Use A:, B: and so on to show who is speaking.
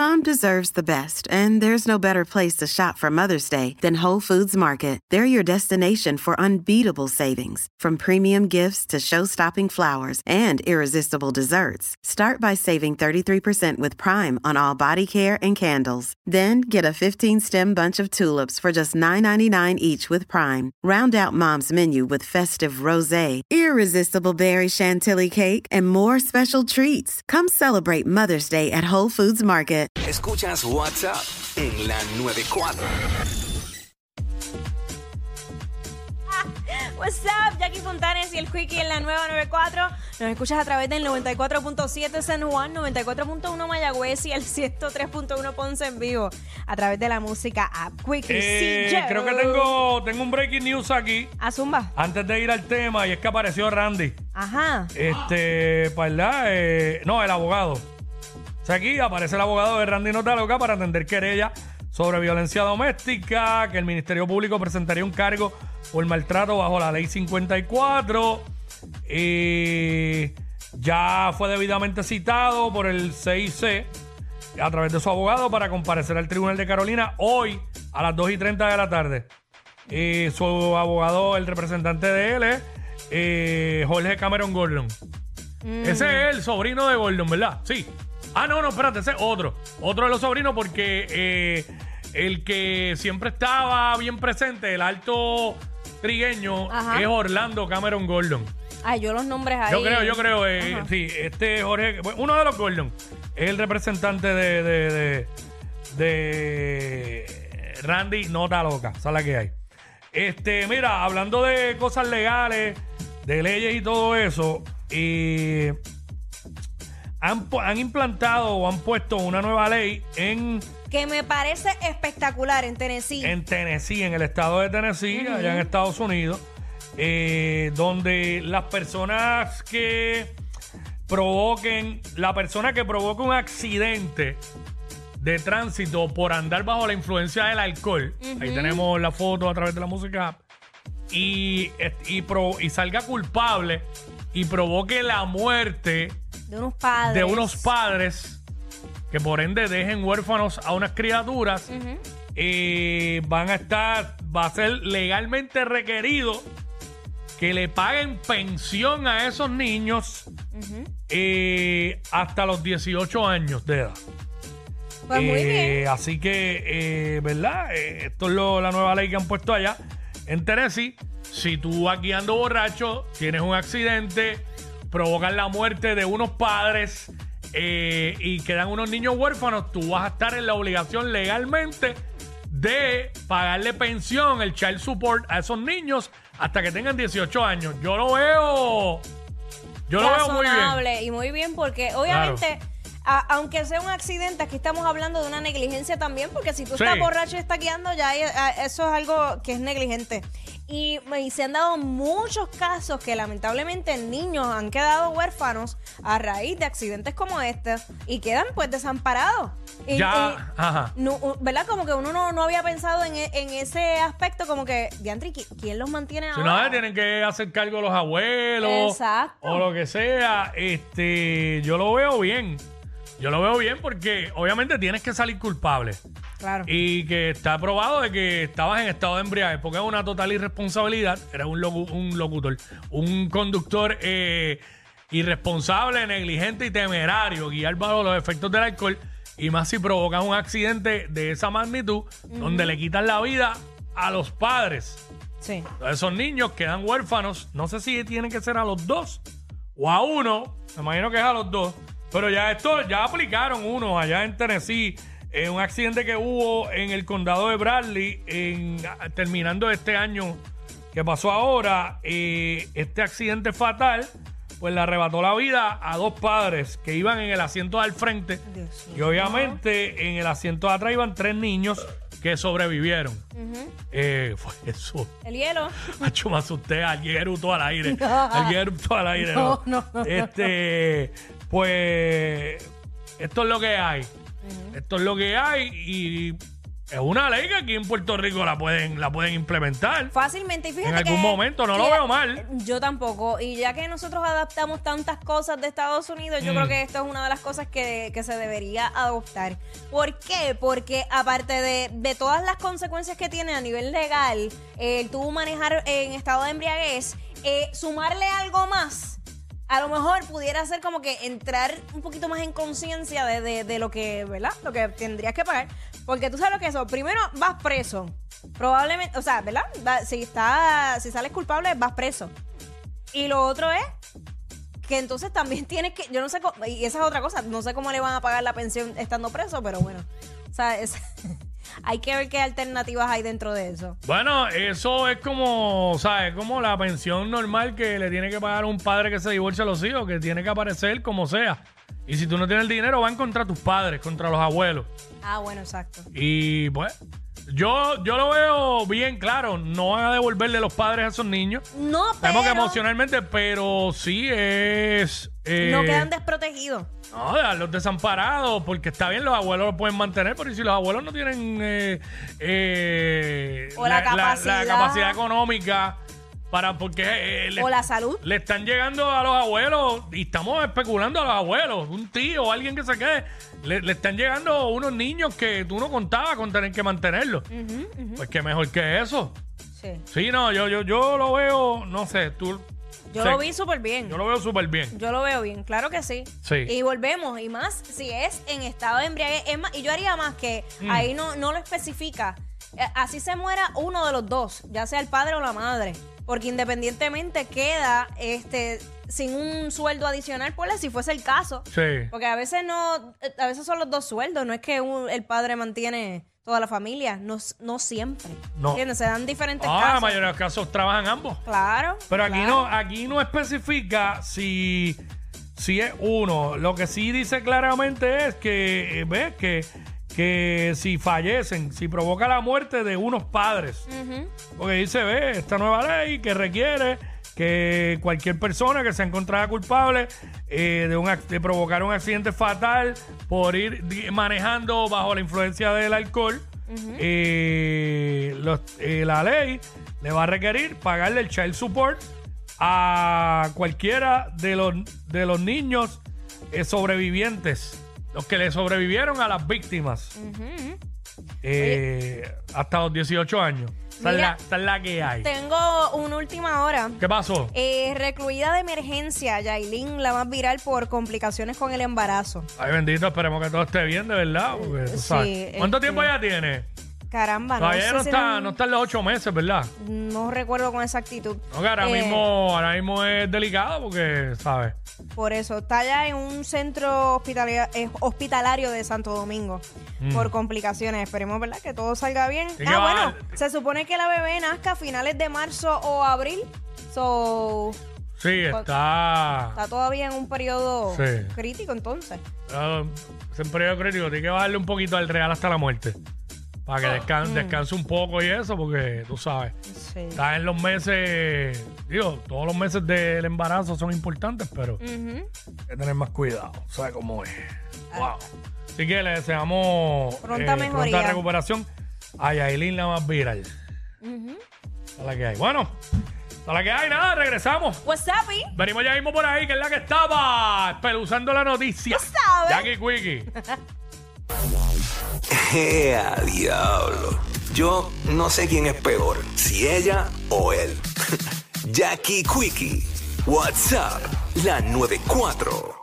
A: Mom deserves the best, and there's no better place to shop for Mother's Day than Whole Foods Market. They're your destination for unbeatable savings, from premium gifts to show-stopping flowers and irresistible desserts. Start by saving 33% with Prime on all body care and candles. Then get a 15-stem bunch of tulips for just $9.99 each with Prime. Round out Mom's menu with festive rosé, irresistible berry chantilly cake, and more special treats. Come celebrate Mother's Day at Whole Foods Market.
B: Escuchas WhatsApp en la 94.
C: What's up, Jackie Fontanes y el Quickie en la nueva 94. Nos escuchas a través del 94.7 San Juan, 94.1 Mayagüez y el 103.1 Ponce en vivo. A través de la música app Quickie.
D: Creo que tengo un breaking news aquí.
C: A Zumba.
D: Antes de ir al tema, y es que apareció Randy.
C: Ajá.
D: ¿Verdad? No, el abogado. O sea, aquí aparece el abogado de Randy Nota Loca para atender querella sobre violencia doméstica, que el Ministerio Público presentaría un cargo por maltrato bajo la Ley 54. Ya fue debidamente citado por el CIC a través de su abogado para comparecer al Tribunal de Carolina hoy a las 2:30 de la tarde. Su abogado, el representante de él es Jorge Cameron Gordon. Ese es el sobrino de Gordon, ¿verdad? Sí. No, espérate, ese es otro de los sobrinos, porque el que siempre estaba bien presente, el alto trigueño, es Orlando Cameron Gordon.
C: Ay, yo los nombres ahí.
D: Yo creo, sí, Jorge, uno de los Gordon, es el representante de Randy Nota Loca, esa es la que hay. Mira, hablando de cosas legales, de leyes y todo eso, han implantado o han puesto una nueva ley
C: que me parece espectacular en Tennessee.
D: En Tennessee, en el estado de Tennessee, allá en Estados Unidos, donde la persona que provoque un accidente de tránsito por andar bajo la influencia del alcohol, ahí tenemos la foto a través de la música, y salga culpable y provoque la muerte de unos padres que por ende dejen huérfanos a unas criaturas, va a ser legalmente requerido que le paguen pensión a esos niños hasta los 18 años de edad.
C: Pues muy bien.
D: Así que, ¿verdad? Esto es la nueva ley que han puesto allá en Tennessee. Si tú vas guiando borracho, tienes un accidente, provocan la muerte de unos padres y quedan unos niños huérfanos, tú vas a estar en la obligación legalmente de pagarle pensión, el child support a esos niños hasta que tengan 18 años. Yo lo veo muy bien.
C: Y muy bien, porque obviamente, aunque sea un accidente, aquí estamos hablando de una negligencia también, porque si tú estás borracho y estás guiando, ya eso es algo que es negligente. Y se han dado muchos casos que lamentablemente niños han quedado huérfanos a raíz de accidentes como este y quedan pues desamparados. ¿Verdad? Como que uno no había pensado en ese aspecto, como que, diantre, ¿quién los mantiene ahora?
D: Si no, tienen que hacer cargo los abuelos.
C: Exacto.
D: O lo que sea. Yo lo veo bien. Yo lo veo bien porque obviamente tienes que salir culpable.
C: Claro.
D: Y que está probado de que estabas en estado de embriaguez, porque es una total irresponsabilidad. Eres un conductor irresponsable, negligente y temerario, guiar bajo los efectos del alcohol, y más si provocas un accidente de esa magnitud, donde le quitan la vida a los padres.
C: Sí.
D: Entonces, esos niños quedan huérfanos. No sé si tienen que ser a los dos o a uno. Me imagino que es a los dos. Pero ya aplicaron uno allá en Tennessee, un accidente que hubo en el condado de Bradley, terminando este año que pasó ahora. Este accidente fatal, pues le arrebató la vida a dos padres que iban en el asiento al frente. Y obviamente en el asiento de atrás iban 3 niños que sobrevivieron. Fue eso.
C: El hielo.
D: Macho, me asusté. Alguien erutó al aire.
C: No.
D: Pues esto es lo que hay. Esto es lo que hay, y es una ley que aquí en Puerto Rico la pueden implementar.
C: Fácilmente. Y fíjate
D: en algún momento, no lo veo mal.
C: Yo tampoco. Y ya que nosotros adaptamos tantas cosas de Estados Unidos, yo creo que esto es una de las cosas que se debería adoptar. ¿Por qué? Porque aparte de todas las consecuencias que tiene a nivel legal, tú manejar en estado de embriaguez, sumarle algo más, a lo mejor pudiera ser como que entrar un poquito más en conciencia de lo que, ¿verdad? Lo que tendrías que pagar. Porque tú sabes lo que es eso. Primero vas preso. Probablemente, o sea, ¿verdad? Si sales culpable, vas preso. Y lo otro es que entonces también tienes que, yo no sé cómo, y esa es otra cosa, no sé cómo le van a pagar la pensión estando preso, pero bueno. O sea, hay que ver qué alternativas hay dentro de eso.
D: Bueno, eso es como, ¿sabes? Como la pensión normal que le tiene que pagar un padre que se divorcia a los hijos, que tiene que aparecer como sea. Y si tú no tienes el dinero, van contra tus padres, contra los abuelos.
C: Ah, bueno, exacto.
D: Y pues, yo lo veo bien claro. No van a devolverle los padres a esos niños.
C: No, pero...
D: Sabemos que emocionalmente, pero sí es...
C: no quedan desprotegidos.
D: No, dejarlos desamparados, porque está bien, los abuelos lo pueden mantener, pero si los abuelos no tienen
C: o la capacidad
D: económica porque
C: o la salud,
D: le están llegando a los abuelos, y estamos especulando a los abuelos, un tío o alguien que se quede, le están llegando unos niños que tú no contabas con tener que mantenerlos. Pues qué mejor que eso. Sí, no, yo lo veo, no sé,
C: yo lo vi súper bien.
D: Yo lo veo súper bien.
C: Yo lo veo bien, claro que sí. Y volvemos, y más si es en estado de embriaguez. Es más, y yo haría más que ahí no lo especifica. Así se muera uno de los dos, ya sea el padre o la madre. Porque independientemente queda sin un sueldo adicional, pues si fuese el caso.
D: Sí.
C: Porque a veces son los dos sueldos, no es que el padre mantiene toda la familia, no siempre.
D: No.
C: ¿Entiendes? Se dan diferentes casos.
D: En la mayoría de los casos trabajan ambos.
C: Claro.
D: Pero aquí no especifica si es uno. Lo que sí dice claramente es que ves que si fallecen, si provoca la muerte de unos padres. Porque dice, esta nueva ley que requiere que cualquier persona que sea encontrada culpable de provocar un accidente fatal por ir manejando bajo la influencia del alcohol, la ley le va a requerir pagarle el child support a cualquiera de los niños sobrevivientes, los que le sobrevivieron a las víctimas, hasta los 18 años. Esa es la que hay.
C: Tengo una última hora.
D: ¿Qué pasó?
C: Recluida de emergencia, Yailin, la más viral por complicaciones con el embarazo.
D: Ay, bendito, esperemos que todo esté bien, de verdad. Porque, tú sabes. ¿Cuánto tiempo ya tiene?
C: Caramba,
D: todavía no está en los 8 meses, ¿verdad?
C: No recuerdo con exactitud.
D: No, que ahora mismo es delicado porque, ¿sabes?
C: Por eso, está ya en un centro hospitalario de Santo Domingo por complicaciones. Esperemos, ¿verdad? Que todo salga bien. Bueno, se supone que la bebé nazca a finales de marzo o abril.
D: Sí, está
C: todavía en un periodo crítico, entonces.
D: Es un periodo crítico. Tiene que bajarle un poquito al real hasta la muerte. Para que descanse un poco y eso, porque tú sabes, estás en los meses, todos los meses del embarazo son importantes, pero hay que tener más cuidado, ¿sabes cómo es? Wow. Así que le deseamos
C: pronta
D: recuperación a Yailin, la más viral. Esa es la que hay. Bueno, esa es la que hay, nada, regresamos.
C: What's up,
D: Venimos ya mismo por ahí, que es la que estaba espeluzando la noticia.
C: ¿Tú sabes?
D: Jackie Quickie.
B: ¡A diablo! Yo no sé quién es peor, si ella o él. Jackie Quickie, WhatsApp, la 94.